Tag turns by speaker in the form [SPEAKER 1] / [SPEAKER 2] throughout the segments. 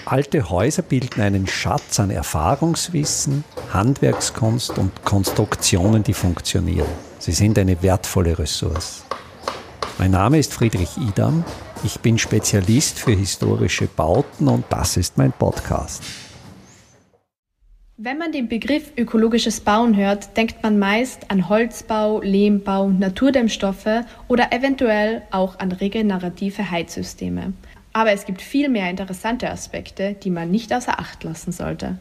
[SPEAKER 1] Alte Häuser bilden einen Schatz an Erfahrungswissen, Handwerkskunst und Konstruktionen, die funktionieren. Sie sind eine wertvolle Ressource. Mein Name ist Friedrich Idam. Ich bin Spezialist für historische Bauten und das ist mein Podcast.
[SPEAKER 2] Wenn man den Begriff ökologisches Bauen hört, denkt man meist an Holzbau, Lehmbau, Naturdämmstoffe oder eventuell auch an regenerative Heizsysteme. Aber es gibt viel mehr interessante Aspekte, die man nicht außer Acht lassen sollte.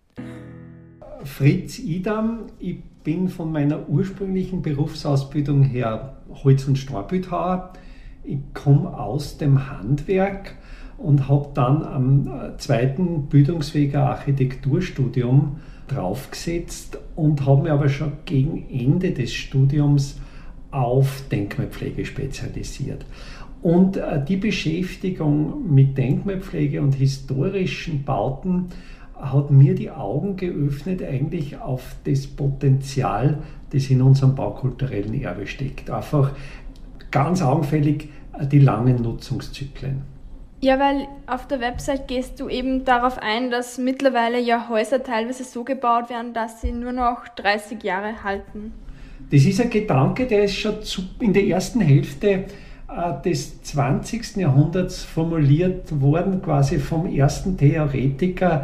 [SPEAKER 1] Fritz Idam, ich bin von meiner ursprünglichen Berufsausbildung her Holz- und Steinbildhauer. Ich komme aus dem Handwerk und habe dann am zweiten Bildungsweg ein Architekturstudium draufgesetzt und habe mich aber schon gegen Ende des Studiums auf Denkmalpflege spezialisiert. Und die Beschäftigung mit Denkmalpflege und historischen Bauten hat mir die Augen geöffnet eigentlich auf das Potenzial, das in unserem baukulturellen Erbe steckt. Einfach ganz augenfällig die langen Nutzungszyklen.
[SPEAKER 3] Ja, weil auf der Website gehst du eben darauf ein, dass mittlerweile ja Häuser teilweise so gebaut werden, dass sie nur noch 30 Jahre halten.
[SPEAKER 1] Das ist ein Gedanke, der ist schon in der ersten Hälfte des 20. Jahrhunderts formuliert worden, quasi vom ersten Theoretiker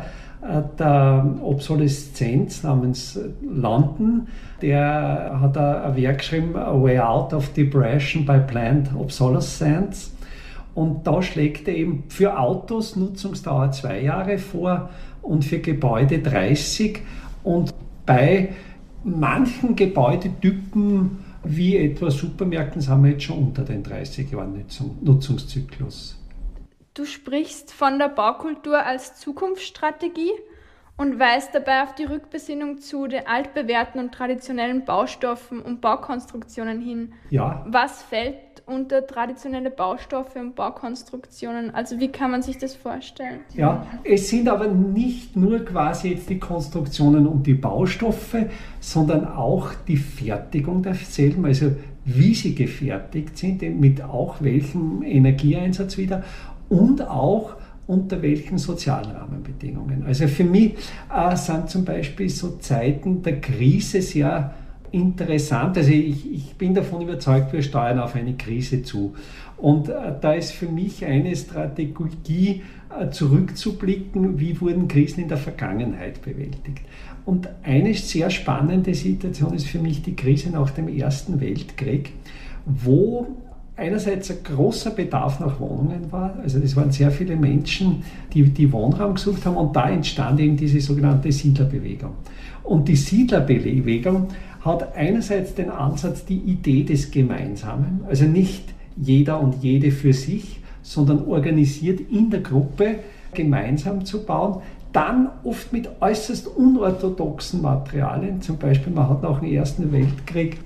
[SPEAKER 1] der Obsoleszenz namens London. Der hat ein Werk geschrieben, A Way Out of Depression by Planned Obsolescence. Und da schlägt er eben für Autos Nutzungsdauer 2 Jahre vor und für Gebäude 30. Und bei manchen Gebäudetypen wie etwa Supermärkten sind wir jetzt schon unter den 30 Jahren Nutzungszyklus.
[SPEAKER 3] Du sprichst von der Baukultur als Zukunftsstrategie und weist dabei auf die Rückbesinnung zu den altbewährten und traditionellen Baustoffen und Baukonstruktionen hin.
[SPEAKER 1] Ja.
[SPEAKER 3] Was fällt unter traditionelle Baustoffe und Baukonstruktionen? Also wie kann man sich das vorstellen?
[SPEAKER 1] Ja, es sind aber nicht nur quasi jetzt die Konstruktionen und die Baustoffe, sondern auch die Fertigung derselben, also wie sie gefertigt sind, mit auch welchem Energieeinsatz wieder und auch unter welchen sozialen Rahmenbedingungen. Also für mich sind zum Beispiel so Zeiten der Krise sehr interessant. Also ich bin davon überzeugt, wir steuern auf eine Krise zu. Und da ist für mich eine Strategie, zurückzublicken, wie wurden Krisen in der Vergangenheit bewältigt. Und eine sehr spannende Situation ist für mich die Krise nach dem Ersten Weltkrieg, wo einerseits ein großer Bedarf nach Wohnungen war, also das waren sehr viele Menschen, die Wohnraum gesucht haben und da entstand eben diese sogenannte Siedlerbewegung. Und die Siedlerbewegung hat einerseits den Ansatz, die Idee des Gemeinsamen, also nicht jeder und jede für sich, sondern organisiert in der Gruppe gemeinsam zu bauen, dann oft mit äußerst unorthodoxen Materialien, zum Beispiel man hat nach dem Ersten Weltkrieg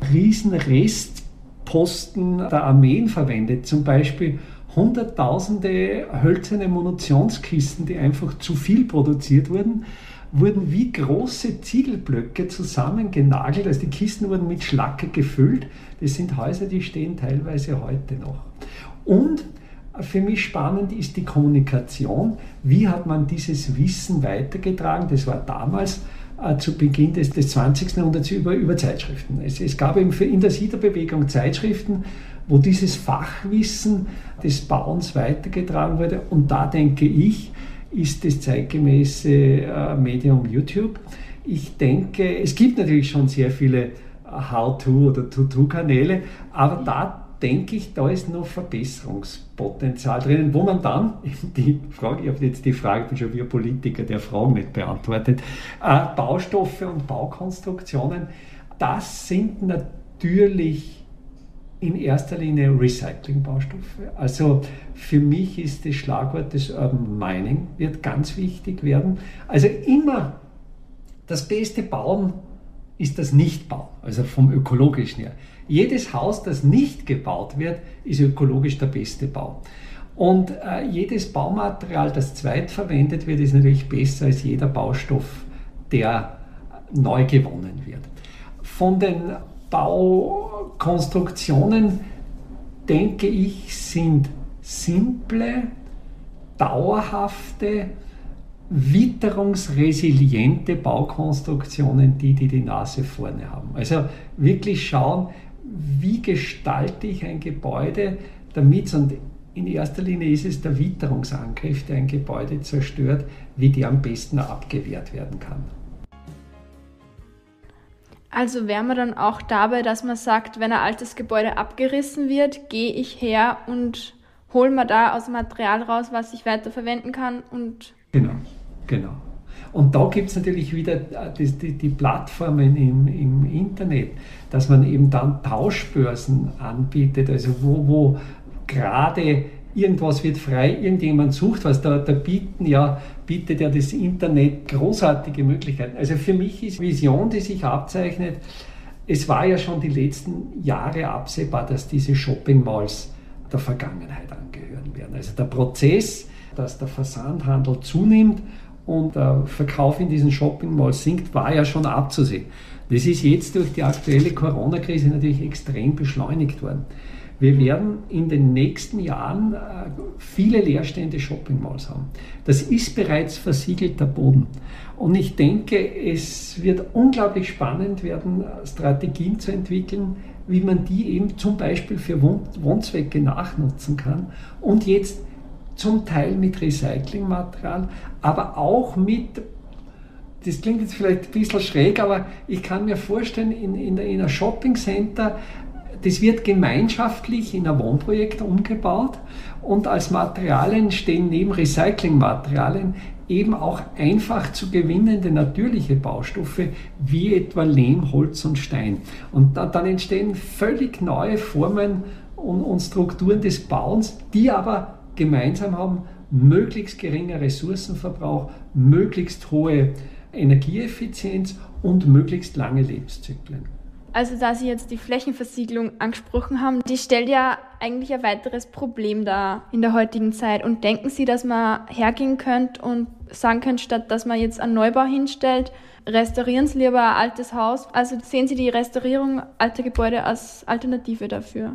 [SPEAKER 1] Riesenrestposten der Armeen verwendet, zum Beispiel hunderttausende hölzerne Munitionskisten, die einfach zu viel produziert wurden wie große Ziegelblöcke zusammengenagelt, also die Kisten wurden mit Schlacke gefüllt. Das sind Häuser, die stehen teilweise heute noch. Und für mich spannend ist die Kommunikation. Wie hat man dieses Wissen weitergetragen? Das war damals zu Beginn des 20. Jahrhunderts über Zeitschriften. Es gab eben in der Siedlerbewegung Zeitschriften, wo dieses Fachwissen des Bauens weitergetragen wurde. Und da denke ich, ist das zeitgemäße Medium YouTube. Ich denke, es gibt natürlich schon sehr viele How-To- oder To-Do-Kanäle, aber da denke ich, da ist noch Verbesserungspotenzial drinnen, wo man dann, die Frage, ich habe jetzt die Frage, ich bin schon wie ein Politiker, der Fragen nicht beantwortet, Baustoffe und Baukonstruktionen, das sind natürlich in erster Linie Recycling-Baustoffe. Also für mich ist das Schlagwort des Urban Mining, wird ganz wichtig werden. Also immer das beste Bauen ist das Nichtbauen, also vom ökologischen her. Jedes Haus, das nicht gebaut wird, ist ökologisch der beste Bau. Und jedes Baumaterial, das zweitverwendet wird, ist natürlich besser als jeder Baustoff, der neu gewonnen wird. Von den Baukonstruktionen, denke ich, sind simple, dauerhafte witterungsresiliente Baukonstruktionen, die Nase vorne haben. Also wirklich schauen, wie gestalte ich ein Gebäude, damit, und in erster Linie ist es der Witterungsangriff, der ein Gebäude zerstört, wie der am besten abgewehrt werden kann.
[SPEAKER 3] Also wären wir dann auch dabei, dass man sagt, wenn ein altes Gebäude abgerissen wird, gehe ich her und hole mir da aus dem Material raus, was ich weiterverwenden kann. Und
[SPEAKER 1] Genau. Und da gibt es natürlich wieder die Plattformen im Internet, dass man eben dann Tauschbörsen anbietet, also wo gerade irgendwas wird frei, irgendjemand sucht was, da bietet ja das Internet großartige Möglichkeiten. Also für mich ist Vision, die sich abzeichnet, es war ja schon die letzten Jahre absehbar, dass diese Shopping Malls der Vergangenheit angehören werden. Also der Prozess, dass der Versandhandel zunimmt und der Verkauf in diesen Shopping Malls sinkt, war ja schon abzusehen. Das ist jetzt durch die aktuelle Corona-Krise natürlich extrem beschleunigt worden. Wir werden in den nächsten Jahren viele leerstehende Shopping Malls haben. Das ist bereits versiegelter Boden. Und ich denke, es wird unglaublich spannend werden, Strategien zu entwickeln, wie man die eben zum Beispiel für Wohnzwecke nachnutzen kann und jetzt zum Teil mit Recyclingmaterial, aber auch mit, das klingt jetzt vielleicht ein bisschen schräg, aber ich kann mir vorstellen, in einem Shoppingcenter, das wird gemeinschaftlich in ein Wohnprojekt umgebaut und als Materialien stehen neben Recyclingmaterialien eben auch einfach zu gewinnende natürliche Baustoffe wie etwa Lehm, Holz und Stein. Und dann entstehen völlig neue Formen und Strukturen des Bauens, die aber gemeinsam haben, möglichst geringer Ressourcenverbrauch, möglichst hohe Energieeffizienz und möglichst lange Lebenszyklen.
[SPEAKER 3] Also da Sie jetzt die Flächenversiegelung angesprochen haben, die stellt ja eigentlich ein weiteres Problem dar in der heutigen Zeit. Und denken Sie, dass man hergehen könnte und sagen könnte, statt dass man jetzt einen Neubau hinstellt, restaurieren Sie lieber ein altes Haus? Also sehen Sie die Restaurierung alter Gebäude als Alternative dafür?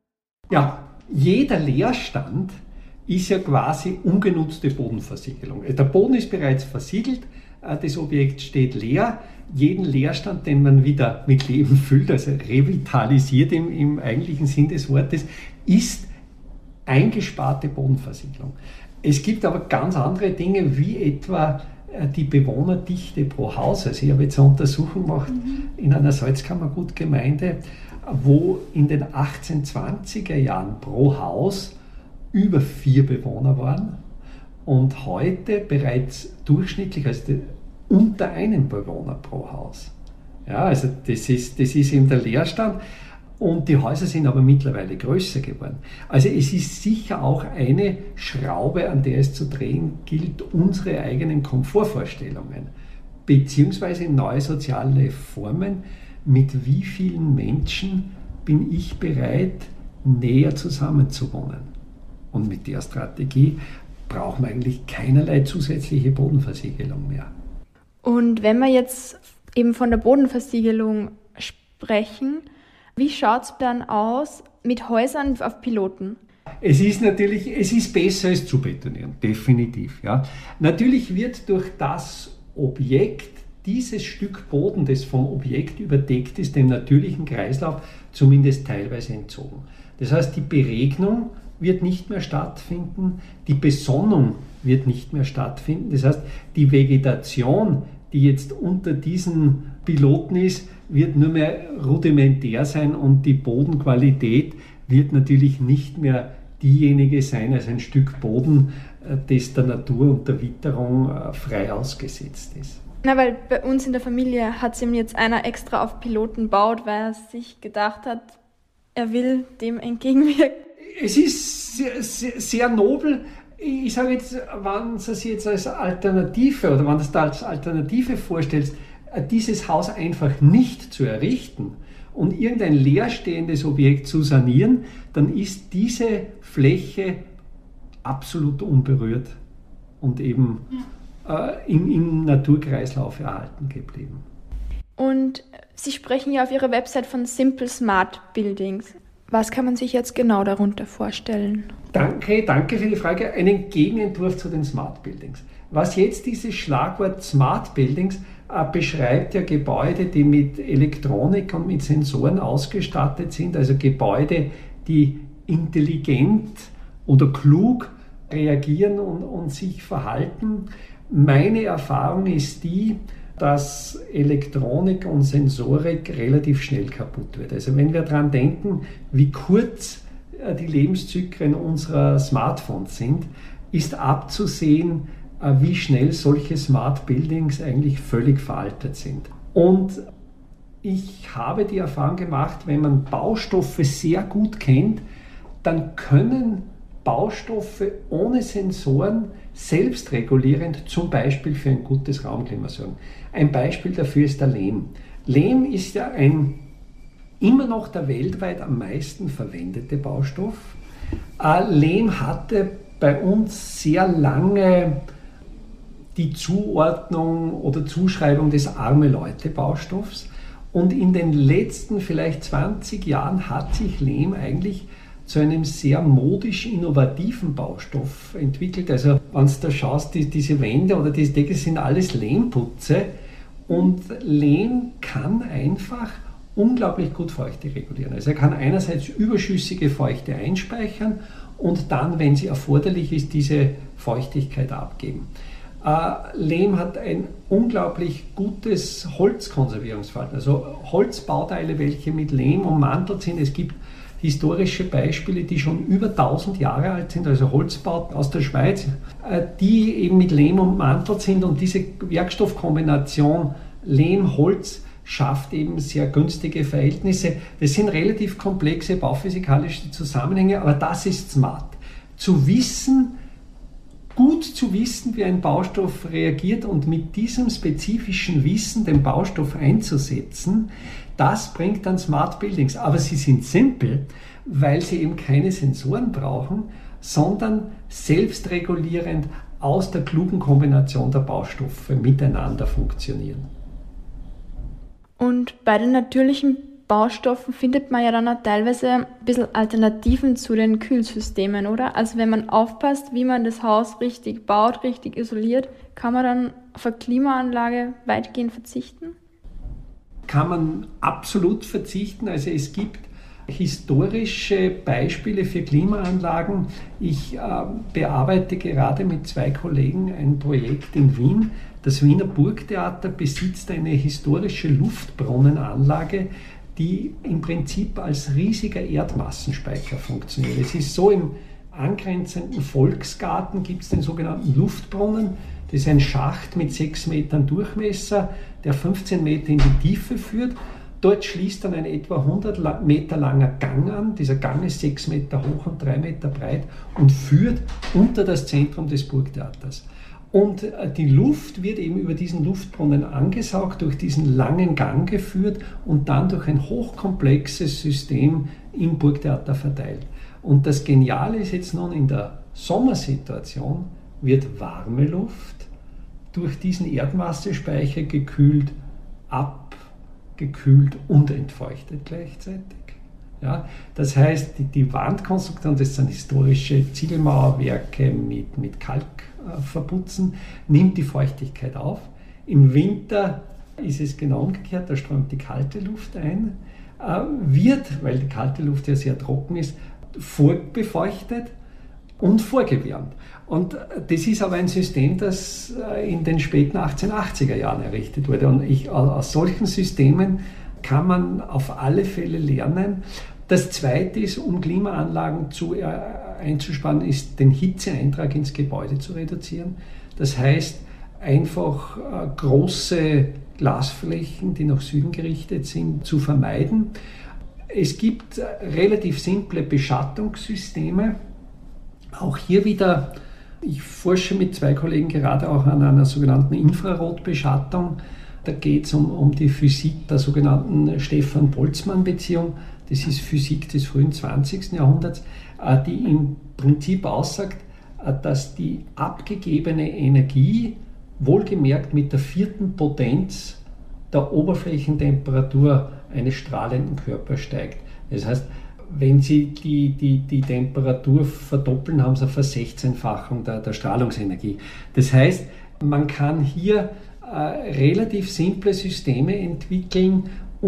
[SPEAKER 1] Ja, jeder Leerstand ist ja quasi ungenutzte Bodenversiegelung. Der Boden ist bereits versiegelt, das Objekt steht leer. Jeden Leerstand, den man wieder mit Leben füllt, also revitalisiert im eigentlichen Sinn des Wortes, ist eingesparte Bodenversiegelung. Es gibt aber ganz andere Dinge, wie etwa die Bewohnerdichte pro Haus. Also ich habe jetzt eine Untersuchung gemacht in einer Salzkammergutgemeinde, wo in den 1820er Jahren pro Haus über 4 Bewohner waren und heute bereits durchschnittlich, also unter einem Bewohner pro Haus. Ja, also das ist eben der Leerstand und die Häuser sind aber mittlerweile größer geworden. Also es ist sicher auch eine Schraube, an der es zu drehen gilt, unsere eigenen Komfortvorstellungen beziehungsweise neue soziale Formen. Mit wie vielen Menschen bin ich bereit, näher zusammenzuwohnen? Und mit der Strategie brauchen wir eigentlich keinerlei zusätzliche Bodenversiegelung mehr.
[SPEAKER 3] Und wenn wir jetzt eben von der Bodenversiegelung sprechen, wie schaut es dann aus mit Häusern auf Piloten?
[SPEAKER 1] Es ist besser als zu betonieren, definitiv. Ja. Natürlich wird durch das Objekt dieses Stück Boden, das vom Objekt überdeckt ist, dem natürlichen Kreislauf zumindest teilweise entzogen. Das heißt, die Beregnung wird nicht mehr stattfinden, die Besonnung wird nicht mehr stattfinden. Das heißt, die Vegetation, die jetzt unter diesen Piloten ist, wird nur mehr rudimentär sein und die Bodenqualität wird natürlich nicht mehr diejenige sein als ein Stück Boden, das der Natur und der Witterung frei ausgesetzt ist.
[SPEAKER 3] Na, weil bei uns in der Familie hat sich jetzt einer extra auf Piloten baut, weil er sich gedacht hat, er will dem entgegenwirken.
[SPEAKER 1] Es ist sehr nobel. Ich sage jetzt, wenn du es jetzt als Alternative oder wenn du es da als Alternative vorstellst, dieses Haus einfach nicht zu errichten und irgendein leerstehendes Objekt zu sanieren, dann ist diese Fläche absolut unberührt und eben im Naturkreislauf erhalten geblieben.
[SPEAKER 3] Und Sie sprechen ja auf Ihrer Website von Simple Smart Buildings. Was kann man sich jetzt genau darunter vorstellen?
[SPEAKER 1] Danke für die Frage. Einen Gegenentwurf zu den Smart Buildings. Was jetzt dieses Schlagwort Smart Buildings beschreibt, ja Gebäude, die mit Elektronik und mit Sensoren ausgestattet sind, also Gebäude, die intelligent oder klug reagieren und sich verhalten. Meine Erfahrung ist die, dass Elektronik und Sensorik relativ schnell kaputt wird. Also wenn wir daran denken, wie kurz die Lebenszyklen unserer Smartphones sind, ist abzusehen, wie schnell solche Smart Buildings eigentlich völlig veraltet sind. Und ich habe die Erfahrung gemacht, wenn man Baustoffe sehr gut kennt, dann können Baustoffe ohne Sensoren selbstregulierend zum Beispiel für ein gutes Raumklima sorgen. Ein Beispiel dafür ist der Lehm. Lehm ist ja immer noch der weltweit am meisten verwendete Baustoff. Lehm hatte bei uns sehr lange die Zuordnung oder Zuschreibung des Arme-Leute-Baustoffs. Und in den letzten vielleicht 20 Jahren hat sich Lehm eigentlich zu einem sehr modisch innovativen Baustoff entwickelt. Also wenn du da schaust, diese Wände oder diese Decke sind alles Lehmputze und Lehm kann einfach unglaublich gut Feuchte regulieren. Also er kann einerseits überschüssige Feuchte einspeichern und dann, wenn sie erforderlich ist, diese Feuchtigkeit abgeben. Lehm hat ein unglaublich gutes Holzkonservierungsverhalten. Also Holzbauteile, welche mit Lehm ummantelt sind. Es gibt historische Beispiele, die schon über 1000 Jahre alt sind, also Holzbauten aus der Schweiz, die eben mit Lehm ummantelt sind, und diese Werkstoffkombination Lehm-Holz schafft eben sehr günstige Verhältnisse. Das sind relativ komplexe bauphysikalische Zusammenhänge, aber das ist smart. Gut zu wissen, wie ein Baustoff reagiert und mit diesem spezifischen Wissen den Baustoff einzusetzen, das bringt dann Smart Buildings. Aber sie sind simpel, weil sie eben keine Sensoren brauchen, sondern selbstregulierend aus der klugen Kombination der Baustoffe miteinander funktionieren.
[SPEAKER 3] Und bei den natürlichen Baustoffen findet man ja dann auch teilweise ein bisschen Alternativen zu den Kühlsystemen, oder? Also wenn man aufpasst, wie man das Haus richtig baut, richtig isoliert, kann man dann auf eine Klimaanlage weitgehend verzichten?
[SPEAKER 1] Kann man absolut verzichten. Also es gibt historische Beispiele für Klimaanlagen. Ich bearbeite gerade mit 2 Kollegen ein Projekt in Wien. Das Wiener Burgtheater besitzt eine historische Luftbrunnenanlage, die im Prinzip als riesiger Erdmassenspeicher funktioniert. Es ist so, im angrenzenden Volksgarten gibt es den sogenannten Luftbrunnen. Das ist ein Schacht mit 6 Metern Durchmesser, der 15 Meter in die Tiefe führt. Dort schließt dann ein etwa 100 Meter langer Gang an. Dieser Gang ist 6 Meter hoch und 3 Meter breit und führt unter das Zentrum des Burgtheaters. Und die Luft wird eben über diesen Luftbrunnen angesaugt, durch diesen langen Gang geführt und dann durch ein hochkomplexes System im Burgtheater verteilt. Und das Geniale ist jetzt nun, in der Sommersituation wird warme Luft durch diesen Erdmassespeicher gekühlt, abgekühlt und entfeuchtet gleichzeitig. Ja, das heißt, die Wandkonstruktion, das sind historische Ziegelmauerwerke mit Kalk verputzen, nimmt die Feuchtigkeit auf. Im Winter ist es genau umgekehrt, da strömt die kalte Luft ein, wird, weil die kalte Luft ja sehr trocken ist, vorbefeuchtet und vorgewärmt. Und das ist aber ein System, das in den späten 1880er Jahren errichtet wurde. Und aus solchen Systemen kann man auf alle Fälle lernen. Das Zweite ist, um Klimaanlagen einzusparen, ist, den Hitzeeintrag ins Gebäude zu reduzieren. Das heißt, einfach große Glasflächen, die nach Süden gerichtet sind, zu vermeiden. Es gibt relativ simple Beschattungssysteme. Auch hier wieder, ich forsche mit 2 Kollegen gerade auch an einer sogenannten Infrarotbeschattung. Da geht es um die Physik der sogenannten Stefan-Boltzmann-Beziehung. Das ist Physik des frühen 20. Jahrhunderts, die im Prinzip aussagt, dass die abgegebene Energie, wohlgemerkt mit der 4. Potenz der Oberflächentemperatur eines strahlenden Körpers steigt. Das heißt, wenn Sie die Temperatur verdoppeln, haben Sie eine Versechzehnfachung der Strahlungsenergie. Das heißt, man kann hier relativ simple Systeme entwickeln,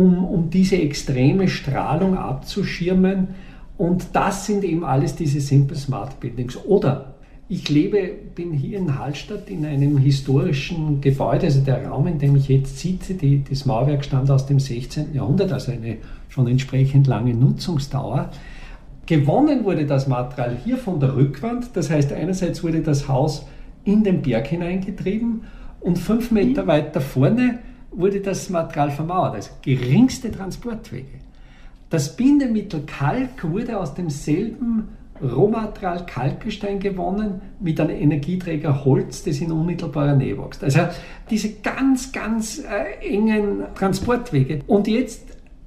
[SPEAKER 1] um diese extreme Strahlung abzuschirmen. Und das sind eben alles diese Simple Smart Buildings. Oder ich bin hier in Hallstatt in einem historischen Gebäude, also der Raum, in dem ich jetzt sitze, das Mauerwerk stammt aus dem 16. Jahrhundert, also eine schon entsprechend lange Nutzungsdauer. Gewonnen wurde das Material hier von der Rückwand, das heißt einerseits wurde das Haus in den Berg hineingetrieben und 5 Meter weiter vorne wurde das Material vermauert, also geringste Transportwege. Das Bindemittel Kalk wurde aus demselben Rohmaterial Kalkgestein gewonnen mit einem Energieträger Holz, das in unmittelbarer Nähe wächst. Also diese ganz, ganz engen Transportwege. Und jetzt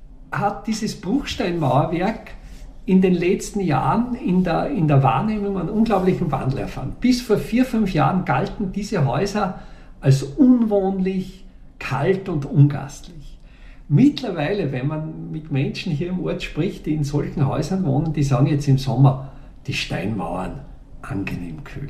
[SPEAKER 1] hat dieses Bruchsteinmauerwerk in den letzten Jahren in der Wahrnehmung einen unglaublichen Wandel erfahren. Bis vor 4-5 Jahren galten diese Häuser als unwohnlich, kalt und ungastlich. Mittlerweile, wenn man mit Menschen hier im Ort spricht, die in solchen Häusern wohnen, die sagen jetzt im Sommer, die Steinmauern angenehm kühl.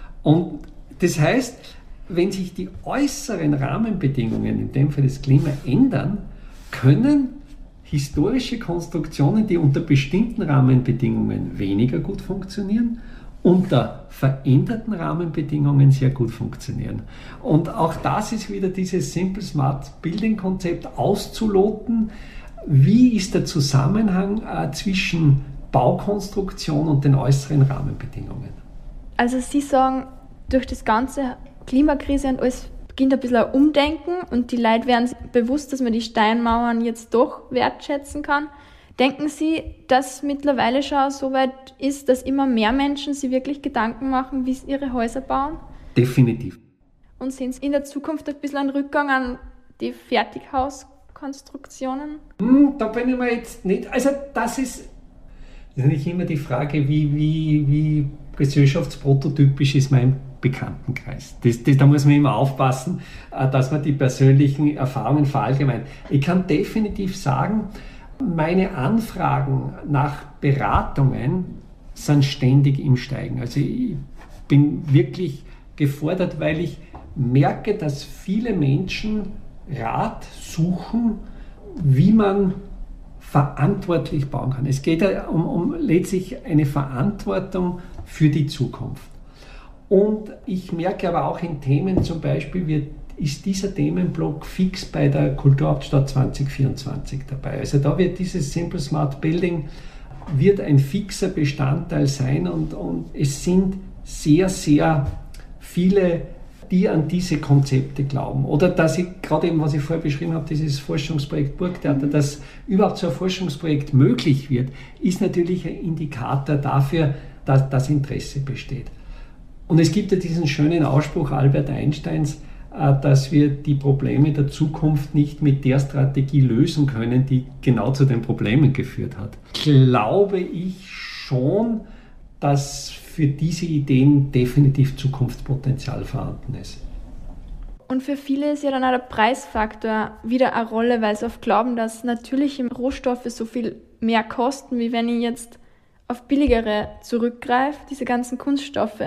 [SPEAKER 1] Und das heißt, wenn sich die äußeren Rahmenbedingungen, in dem Fall das Klima, ändern, können historische Konstruktionen, die unter bestimmten Rahmenbedingungen weniger gut funktionieren, unter veränderten Rahmenbedingungen sehr gut funktionieren. Und auch das ist wieder dieses Simple Smart Building Konzept auszuloten. Wie ist der Zusammenhang zwischen Baukonstruktion und den äußeren Rahmenbedingungen?
[SPEAKER 3] Also Sie sagen, durch das ganze Klimakrise und alles beginnt ein bisschen ein Umdenken und die Leute werden sich bewusst, dass man die Steinmauern jetzt doch wertschätzen kann. Denken Sie, dass mittlerweile schon so weit ist, dass immer mehr Menschen sich wirklich Gedanken machen, wie sie ihre Häuser bauen?
[SPEAKER 1] Definitiv.
[SPEAKER 3] Und sehen Sie in der Zukunft ein bisschen einen Rückgang an die Fertighauskonstruktionen?
[SPEAKER 1] Da bin ich mir jetzt nicht... Also das ist nicht immer die Frage, wie gesellschaftsprototypisch ist mein Bekanntenkreis. Da muss man immer aufpassen, dass man die persönlichen Erfahrungen verallgemeinert. Ich kann definitiv sagen, meine Anfragen nach Beratungen sind ständig im Steigen. Also ich bin wirklich gefordert, weil ich merke, dass viele Menschen Rat suchen, wie man verantwortlich bauen kann. Es geht um letztlich eine Verantwortung für die Zukunft. Und ich merke aber auch in Themen, zum Beispiel ist dieser Themenblock fix bei der Kulturhauptstadt 2024 dabei. Also da wird dieses Simple Smart Building wird ein fixer Bestandteil sein und es sind sehr, sehr viele, die an diese Konzepte glauben. Oder dass ich, gerade eben, was ich vorher beschrieben habe, dieses Forschungsprojekt Burgtheater, dass überhaupt so ein Forschungsprojekt möglich wird, ist natürlich ein Indikator dafür, dass das Interesse besteht. Und es gibt ja diesen schönen Ausspruch Albert Einsteins, dass wir die Probleme der Zukunft nicht mit der Strategie lösen können, die genau zu den Problemen geführt hat. Glaube ich schon, dass für diese Ideen definitiv Zukunftspotenzial vorhanden ist.
[SPEAKER 3] Und für viele ist ja dann auch der Preisfaktor wieder eine Rolle, weil sie oft glauben, dass natürliche Rohstoffe so viel mehr kosten, wie wenn ich jetzt auf billigere zurückgreife, diese ganzen Kunststoffe.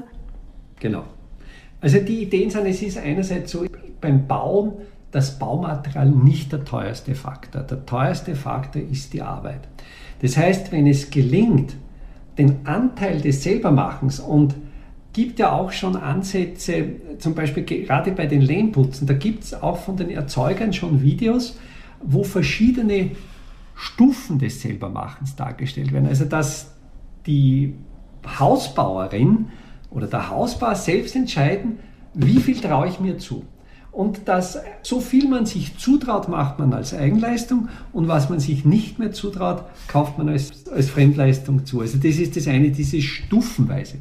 [SPEAKER 1] Genau. Also die Ideen sind, es ist einerseits so, beim Bauen das Baumaterial nicht der teuerste Faktor. Der teuerste Faktor ist die Arbeit. Das heißt, wenn es gelingt, den Anteil des Selbermachens, und gibt ja auch schon Ansätze, zum Beispiel gerade bei den Lehmputzen, da gibt es auch von den Erzeugern schon Videos, wo verschiedene Stufen des Selbermachens dargestellt werden. Also dass die Hausbauerin oder der Hausbauer selbst entscheiden, wie viel traue ich mir zu. Und dass so viel man sich zutraut, macht man als Eigenleistung, und was man sich nicht mehr zutraut, kauft man als Fremdleistung zu. Also das ist das eine, diese Stufenweise.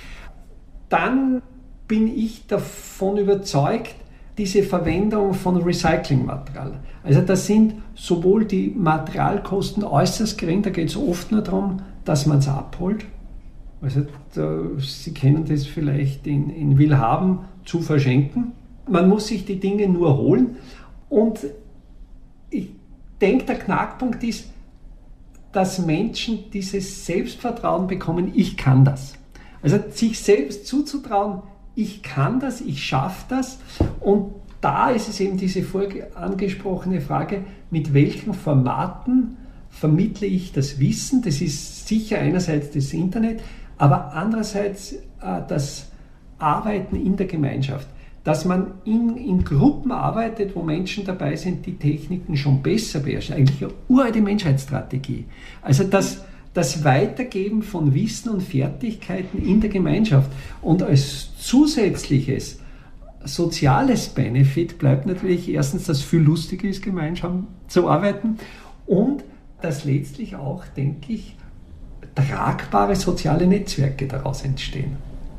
[SPEAKER 1] Dann bin ich davon überzeugt, diese Verwendung von Recyclingmaterial. Also da sind sowohl die Materialkosten äußerst gering, da geht es oft nur darum, dass man es abholt. Also Sie kennen das vielleicht in Willhaben, zu verschenken. Man muss sich die Dinge nur holen. Und ich denke, der Knackpunkt ist, dass Menschen dieses Selbstvertrauen bekommen, ich kann das. Also sich selbst zuzutrauen, ich kann das, ich schaffe das. Und da ist es eben diese angesprochene Frage, mit welchen Formaten vermittle ich das Wissen. Das ist sicher einerseits das Internet, aber andererseits das Arbeiten in der Gemeinschaft. Dass man in Gruppen arbeitet, wo Menschen dabei sind, die Techniken schon besser beherrschen. Eigentlich eine uralte Menschheitsstrategie. Also das Weitergeben von Wissen und Fertigkeiten in der Gemeinschaft. Und als zusätzliches soziales Benefit bleibt natürlich erstens, dass es viel lustiger ist, gemeinsam zu arbeiten und dass letztlich auch, denke ich, tragbare soziale Netzwerke daraus entstehen.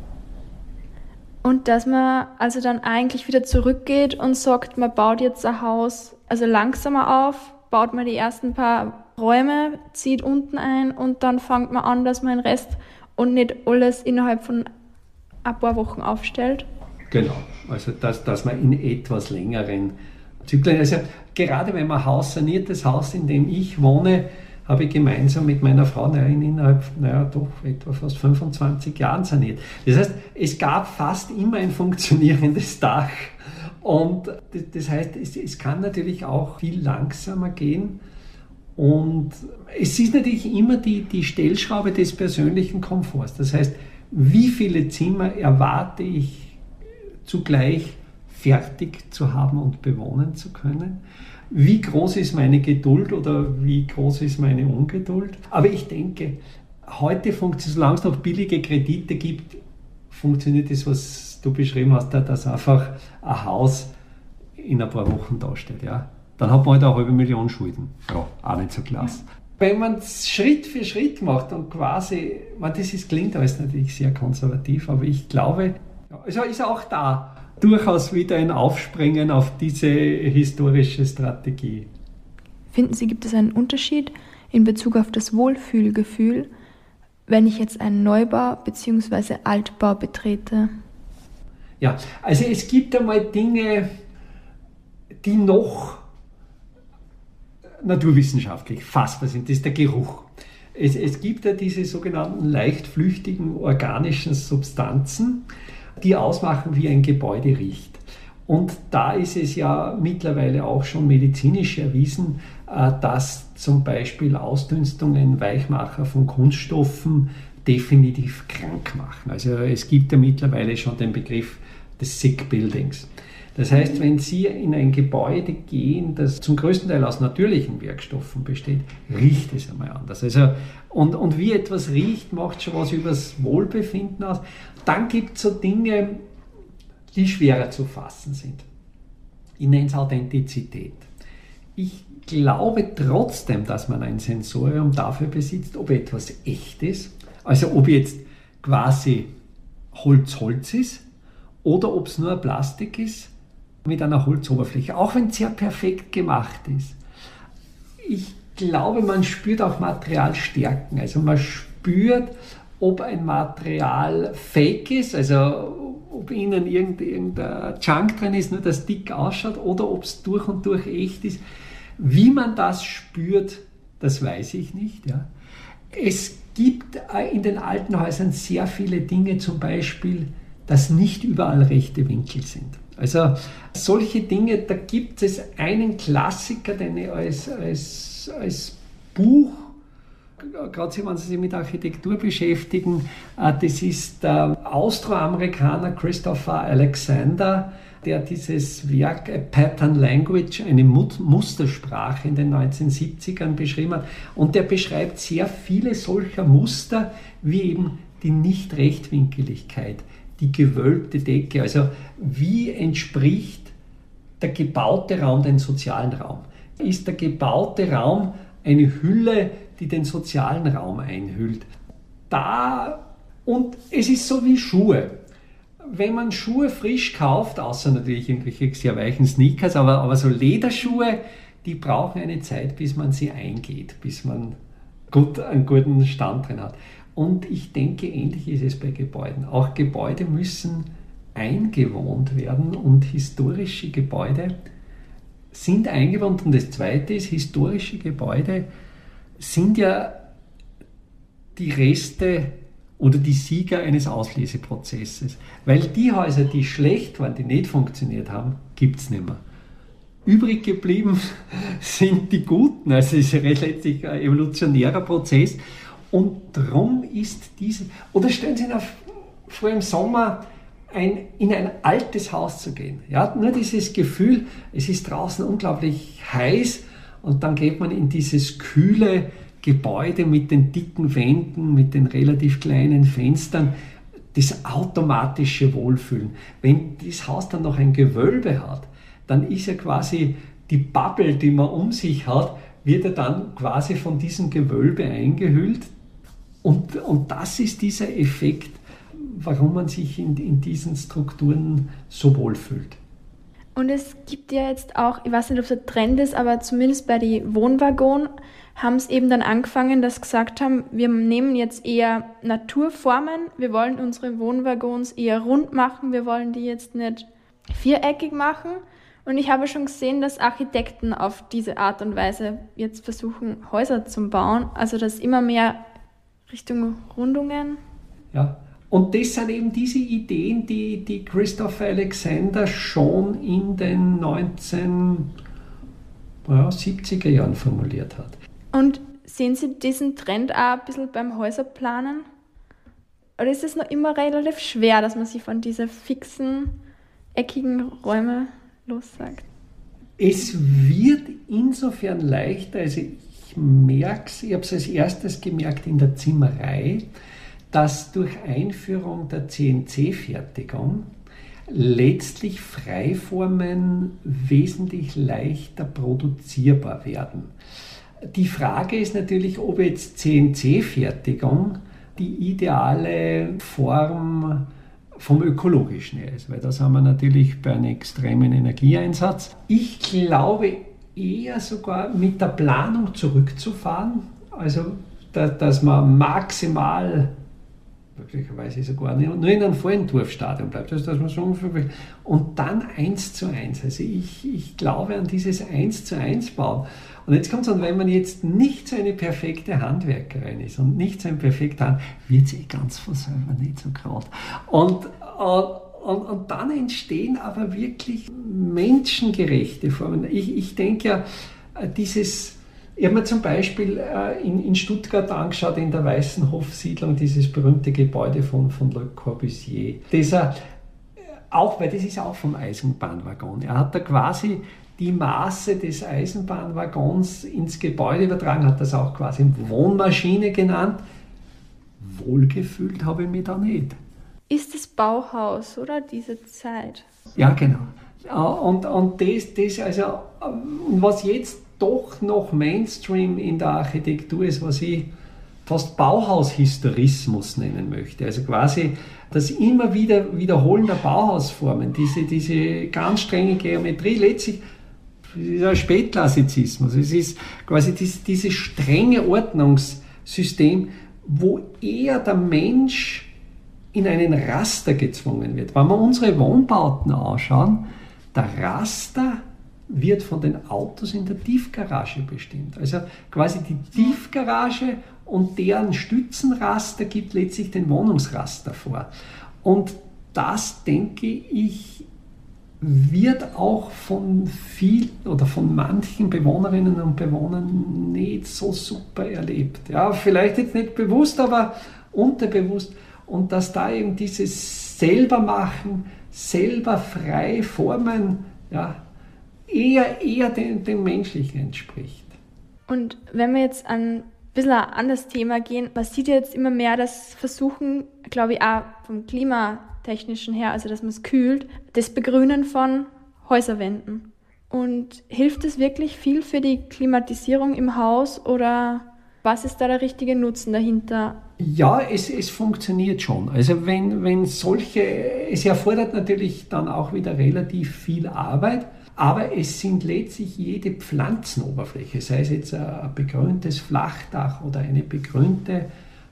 [SPEAKER 3] Und dass man also dann eigentlich wieder zurückgeht und sagt, man baut jetzt ein Haus also langsamer auf, baut man die ersten paar Räume, zieht unten ein und dann fängt man an, dass man den Rest und nicht alles innerhalb von ein paar Wochen aufstellt.
[SPEAKER 1] Genau, also dass man in etwas längeren Zyklen, also gerade wenn man ein Haus saniert, das Haus, in dem ich wohne, habe ich gemeinsam mit meiner Frau innerhalb, doch etwa fast 25 Jahren saniert. Das heißt, es gab fast immer ein funktionierendes Dach. Und das heißt, es kann natürlich auch viel langsamer gehen. Und es ist natürlich immer die Stellschraube des persönlichen Komforts. Das heißt, wie viele Zimmer erwarte ich zugleich fertig zu haben und bewohnen zu können? Wie groß ist meine Geduld oder wie groß ist meine Ungeduld? Aber ich denke, heute funktioniert, solange es noch billige Kredite gibt, funktioniert das, was du beschrieben hast, dass einfach ein Haus in ein paar Wochen dasteht. Ja? Dann hat man halt eine 500.000 Schulden. Ja, auch nicht so klasse. Wenn man es Schritt für Schritt macht und quasi, klingt alles natürlich sehr konservativ, aber ich glaube, also ist auch da durchaus wieder ein Aufspringen auf diese historische Strategie.
[SPEAKER 3] Finden Sie, gibt es einen Unterschied in Bezug auf das Wohlfühlgefühl, wenn ich jetzt einen Neubau bzw. Altbau betrete?
[SPEAKER 1] Ja, also es gibt einmal Dinge, die noch naturwissenschaftlich fassbar sind. Das ist der Geruch. Es gibt ja diese sogenannten leicht flüchtigen organischen Substanzen, die ausmachen, wie ein Gebäude riecht. Und da ist es ja mittlerweile auch schon medizinisch erwiesen, dass zum Beispiel Ausdünstungen, Weichmacher von Kunststoffen definitiv krank machen. Also es gibt ja mittlerweile schon den Begriff des Sick Buildings. Das heißt, wenn Sie in ein Gebäude gehen, das zum größten Teil aus natürlichen Werkstoffen besteht, riecht es einmal anders. Also, und wie etwas riecht, macht schon was über das Wohlbefinden aus. Dann gibt es so Dinge, die schwerer zu fassen sind. Ich nenne es Authentizität. Ich glaube trotzdem, dass man ein Sensorium dafür besitzt, ob etwas echt ist, also ob jetzt quasi Holz ist oder ob es nur Plastik ist mit einer Holzoberfläche, auch wenn es sehr perfekt gemacht ist. Ich glaube, man spürt auch Materialstärken, also man spürt, ob ein Material fake ist, also ob innen irgendein Junk drin ist, nur das dick ausschaut, oder ob es durch und durch echt ist. Wie man das spürt, das weiß ich nicht. Ja. Es gibt in den alten Häusern sehr viele Dinge, zum Beispiel, dass nicht überall rechte Winkel sind. Also solche Dinge, da gibt es einen Klassiker, den ich als Buch, gerade wenn Sie sich mit Architektur beschäftigen, das ist der Austroamerikaner Christopher Alexander, der dieses Werk A Pattern Language, eine Mustersprache in den 1970ern beschrieben hat. Und der beschreibt sehr viele solcher Muster, wie eben die Nicht-Rechtwinkeligkeit, die gewölbte Decke. Also wie entspricht der gebaute Raum dem sozialen Raum? Ist der gebaute Raum eine Hülle, die den sozialen Raum einhüllt? Und es ist so wie Schuhe. Wenn man Schuhe frisch kauft, außer natürlich irgendwelche sehr weichen Sneakers, aber so Lederschuhe, die brauchen eine Zeit, bis man sie eingeht, bis man einen guten Stand drin hat. Und ich denke, ähnlich ist es bei Gebäuden. Auch Gebäude müssen eingewohnt werden und historische Gebäude sind eingewohnt. Und das Zweite ist, historische Gebäude sind ja die Reste oder die Sieger eines Ausleseprozesses. Weil die Häuser, die schlecht waren, die nicht funktioniert haben, gibt es nicht mehr. Übrig geblieben sind die Guten, also es ist ja letztlich ein evolutionärer Prozess. Und darum ist diese, oder stellen Sie sich vor, im Sommer in ein altes Haus zu gehen. Ja, nur dieses Gefühl, es ist draußen unglaublich heiß und dann geht man in dieses kühle Gebäude mit den dicken Wänden, mit den relativ kleinen Fenstern, das automatische Wohlfühlen. Wenn das Haus dann noch ein Gewölbe hat, dann ist ja quasi die Bubble, die man um sich hat, wird ja dann quasi von diesem Gewölbe eingehüllt. Und das ist dieser Effekt, warum man sich in diesen Strukturen so wohlfühlt.
[SPEAKER 3] Und es gibt ja jetzt auch, ich weiß nicht, ob es ein Trend ist, aber zumindest bei den Wohnwaggonen haben es eben dann angefangen, dass sie gesagt haben, wir nehmen jetzt eher Naturformen, wir wollen unsere Wohnwaggons eher rund machen, wir wollen die jetzt nicht viereckig machen. Und ich habe schon gesehen, dass Architekten auf diese Art und Weise jetzt versuchen, Häuser zu bauen, also dass immer mehr Richtung Rundungen.
[SPEAKER 1] Ja, und das sind eben diese Ideen, die Christopher Alexander schon in den 1970er Jahren formuliert hat.
[SPEAKER 3] Und sehen Sie diesen Trend auch ein bisschen beim Häuserplanen? Oder ist es noch immer relativ schwer, dass man sich von diesen fixen, eckigen Räumen lossagt?
[SPEAKER 1] Es wird insofern leichter, also ich merke es, ich habe es als erstes gemerkt in der Zimmerei, dass durch Einführung der CNC-Fertigung letztlich Freiformen wesentlich leichter produzierbar werden. Die Frage ist natürlich, ob jetzt CNC-Fertigung die ideale Form vom Ökologischen her ist, weil da sind wir natürlich bei einem extremen Energieeinsatz. Ich glaube eher sogar mit der Planung zurückzufahren, also dass man maximal, möglicherweise sogar nur in einem Vorentwurfsstadium bleibt, also dass man so ungefähr, und dann 1:1. Also ich glaube an dieses 1:1 bauen. Und jetzt kommt es an, wenn man jetzt nicht so eine perfekte Handwerkerin ist und nicht so ein perfekter Hand, wird sie ganz von selber nicht so gerade. Und dann entstehen aber wirklich menschengerechte Formen. Ich denke ja, ich habe mir zum Beispiel in Stuttgart angeschaut, in der Weißenhof-Siedlung, dieses berühmte Gebäude von Le Corbusier. Weil das ist auch vom Eisenbahnwaggon. Er hat da quasi die Maße des Eisenbahnwaggons ins Gebäude übertragen, hat das auch quasi Wohnmaschine genannt. Wohlgefühlt habe ich mich da nicht.
[SPEAKER 3] Ist das Bauhaus, oder? Diese Zeit?
[SPEAKER 1] Ja, genau. Und das also, was jetzt doch noch Mainstream in der Architektur ist, was ich fast Bauhaushistorismus nennen möchte. Also quasi das immer wieder Wiederholen der Bauhausformen, diese ganz strenge Geometrie, letztlich ist ein Spätklassizismus. Es ist quasi dieses strenge Ordnungssystem, wo eher der Mensch in einen Raster gezwungen wird. Wenn wir unsere Wohnbauten anschauen, der Raster wird von den Autos in der Tiefgarage bestimmt. Also quasi die Tiefgarage und deren Stützenraster gibt letztlich den Wohnungsraster vor. Und das, denke ich, wird auch von vielen oder von manchen Bewohnerinnen und Bewohnern nicht so super erlebt. Ja, vielleicht jetzt nicht bewusst, aber unterbewusst. Und dass da eben dieses Selbermachen, selber frei formen, ja, eher dem Menschlichen entspricht.
[SPEAKER 3] Und wenn wir jetzt ein bisschen ein anderes Thema gehen, man sieht ja jetzt immer mehr das Versuchen, glaube ich auch vom Klimatechnischen her, also dass man es kühlt, das Begrünen von Häuserwänden. Und hilft es wirklich viel für die Klimatisierung im Haus oder was ist da der richtige Nutzen dahinter?
[SPEAKER 1] Ja, es funktioniert schon. Also wenn es erfordert natürlich dann auch wieder relativ viel Arbeit, aber es sind letztlich jede Pflanzenoberfläche, sei es jetzt ein begrüntes Flachdach oder eine begrünte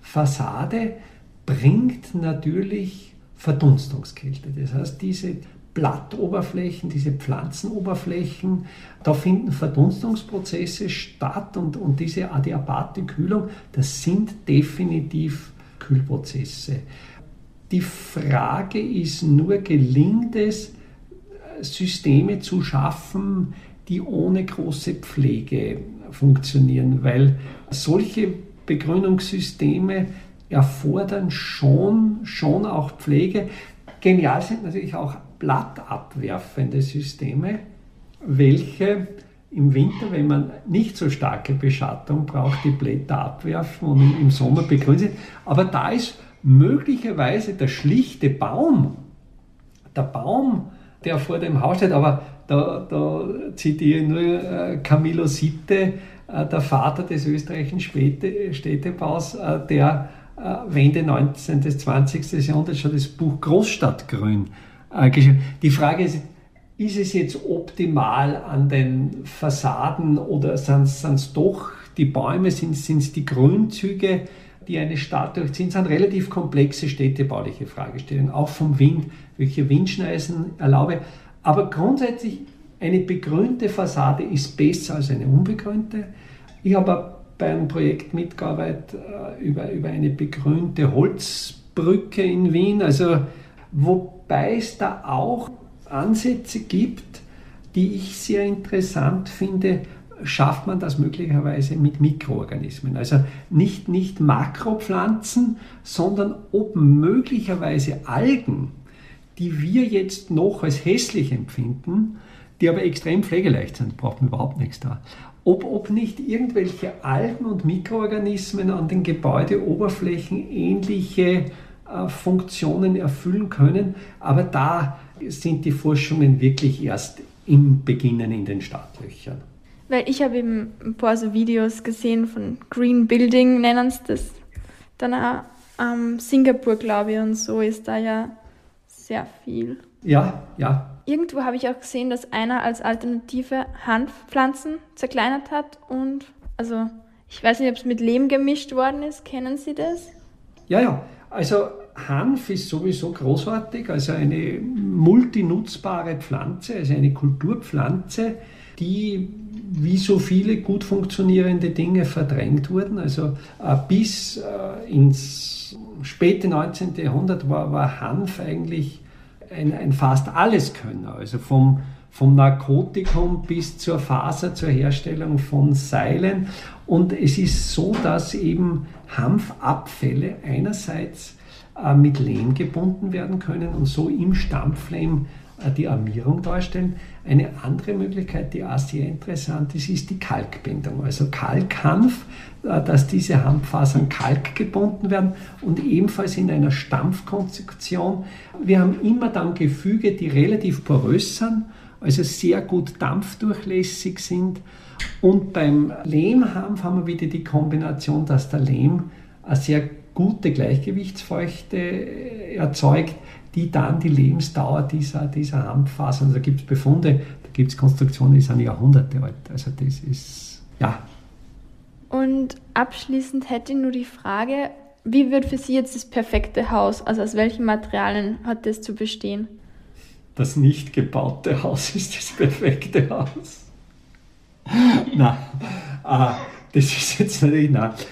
[SPEAKER 1] Fassade, bringt natürlich Verdunstungskälte. Das heißt, diese Blattoberflächen, diese Pflanzenoberflächen, da finden Verdunstungsprozesse statt und diese adiabate Kühlung, das sind definitiv Kühlprozesse. Die Frage ist nur, gelingt es, Systeme zu schaffen, die ohne große Pflege funktionieren, weil solche Begrünungssysteme erfordern schon auch Pflege. Genial sind natürlich auch blattabwerfende Systeme, welche im Winter, wenn man nicht so starke Beschattung braucht, die Blätter abwerfen und im Sommer begrünen sind. Aber da ist möglicherweise der schlichte Baum, der vor dem Haus steht, aber da zitiere ich nur Camillo Sitte, der Vater des österreichischen Städtebaus, der Ende 19. des 20. Jahrhunderts schon das Buch Großstadtgrün geschrieben. Die Frage ist es jetzt optimal an den Fassaden oder sind es doch die Bäume, sind es die Grünzüge, die eine Stadt durchziehen, sind relativ komplexe städtebauliche Fragestellungen, auch vom Wind, welche Windschneisen erlaube. Aber grundsätzlich eine begrünte Fassade ist besser als eine unbegrünte. Ich habe beim Projekt mitgearbeitet über eine begrünte Holzbrücke in Wien, also wobei es da auch Ansätze gibt, die ich sehr interessant finde, schafft man das möglicherweise mit Mikroorganismen. Also nicht Makropflanzen, sondern ob möglicherweise Algen, die wir jetzt noch als hässlich empfinden, die aber extrem pflegeleicht sind, braucht man überhaupt nichts da. Ob nicht irgendwelche Algen und Mikroorganismen an den Gebäudeoberflächen ähnliche Funktionen erfüllen können, aber da sind die Forschungen wirklich erst im Beginnen in den Startlöchern.
[SPEAKER 3] Weil ich habe eben ein paar so Videos gesehen von Green Building, nennen sie das. Dann auch Singapur, glaube ich, und so ist da ja sehr viel.
[SPEAKER 1] Ja.
[SPEAKER 3] Irgendwo habe ich auch gesehen, dass einer als Alternative Hanfpflanzen zerkleinert hat und, also ich weiß nicht, ob es mit Lehm gemischt worden ist. Kennen Sie das?
[SPEAKER 1] Ja. Also Hanf ist sowieso großartig, also eine multinutzbare Pflanze, also eine Kulturpflanze, die wie so viele gut funktionierende Dinge verdrängt wurden. Also bis ins späte 19. Jahrhundert war Hanf eigentlich ein fast Alleskönner, also vom Narkotikum bis zur Faser, zur Herstellung von Seilen. Und es ist so, dass eben Hanfabfälle einerseits mit Lehm gebunden werden können und so im Stampflehm die Armierung darstellen. Eine andere Möglichkeit, die auch sehr interessant ist die Kalkbindung. Also Kalkhanf, dass diese Hanffasern kalkgebunden werden und ebenfalls in einer Stampfkonstruktion. Wir haben immer dann Gefüge, die relativ porös sind, also sehr gut dampfdurchlässig sind. Und beim Lehmhanf haben wir wieder die Kombination, dass der Lehm eine sehr gute Gleichgewichtsfeuchte erzeugt, die dann die Lebensdauer dieser Hanffasern, da gibt es Befunde, da gibt es Konstruktionen, die sind Jahrhunderte alt. Also das ist, ja.
[SPEAKER 3] Und abschließend hätte ich nur die Frage, wie wird für Sie jetzt das perfekte Haus, also aus welchen Materialien hat das zu bestehen?
[SPEAKER 1] Das nicht gebaute Haus ist das perfekte Haus. Nein, das ist jetzt natürlich,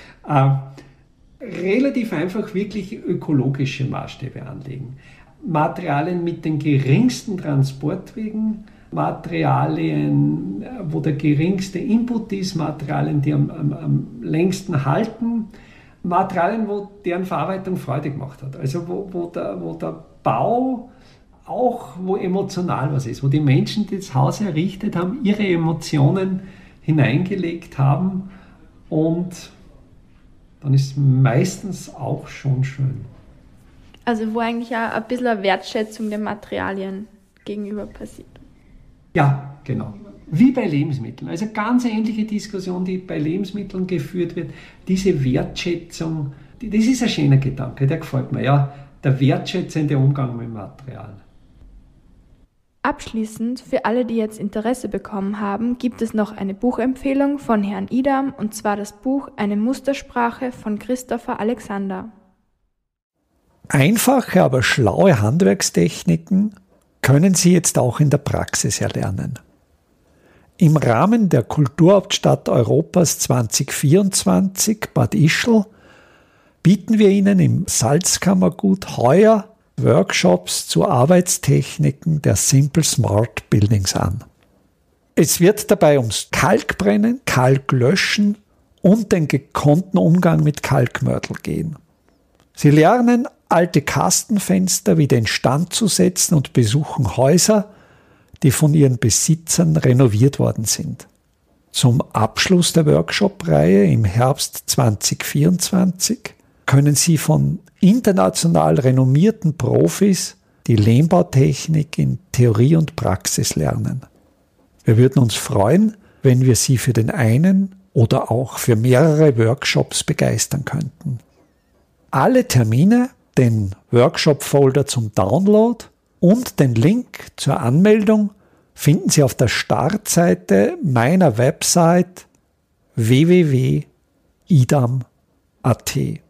[SPEAKER 1] relativ einfach wirklich ökologische Maßstäbe anlegen. Materialien mit den geringsten Transportwegen, Materialien, wo der geringste Input ist, Materialien, die am längsten halten, Materialien, deren Verarbeitung Freude gemacht hat. Also wo der Bau auch, wo emotional was ist, wo die Menschen, die das Haus errichtet haben, ihre Emotionen hineingelegt haben und dann ist es meistens auch schon schön.
[SPEAKER 3] Also wo eigentlich auch ein bisschen eine Wertschätzung der Materialien gegenüber passiert.
[SPEAKER 1] Ja, genau. Wie bei Lebensmitteln. Also ganz ähnliche Diskussion, die bei Lebensmitteln geführt wird. Diese Wertschätzung, das ist ein schöner Gedanke, der gefällt mir. Ja, der wertschätzende Umgang mit Material.
[SPEAKER 3] Abschließend, für alle, die jetzt Interesse bekommen haben, gibt es noch eine Buchempfehlung von Herrn Idam, und zwar das Buch Eine Mustersprache von Christopher Alexander.
[SPEAKER 4] Einfache, aber schlaue Handwerkstechniken, können Sie jetzt auch in der Praxis erlernen. Im Rahmen der Kulturhauptstadt Europas 2024 Bad Ischl bieten wir Ihnen im Salzkammergut heuer Workshops zu Arbeitstechniken der Simple Smart Buildings an. Es wird dabei ums Kalkbrennen, Kalklöschen und den gekonnten Umgang mit Kalkmörtel gehen. Sie lernen, alte Kastenfenster wieder instand zu setzen und besuchen Häuser, die von ihren Besitzern renoviert worden sind. Zum Abschluss der Workshop-Reihe im Herbst 2024 können Sie von international renommierten Profis die Lehmbautechnik in Theorie und Praxis lernen. Wir würden uns freuen, wenn wir Sie für den einen oder auch für mehrere Workshops begeistern könnten. Alle Termine, den Workshop-Folder zum Download und den Link zur Anmeldung finden Sie auf der Startseite meiner Website www.idam.at.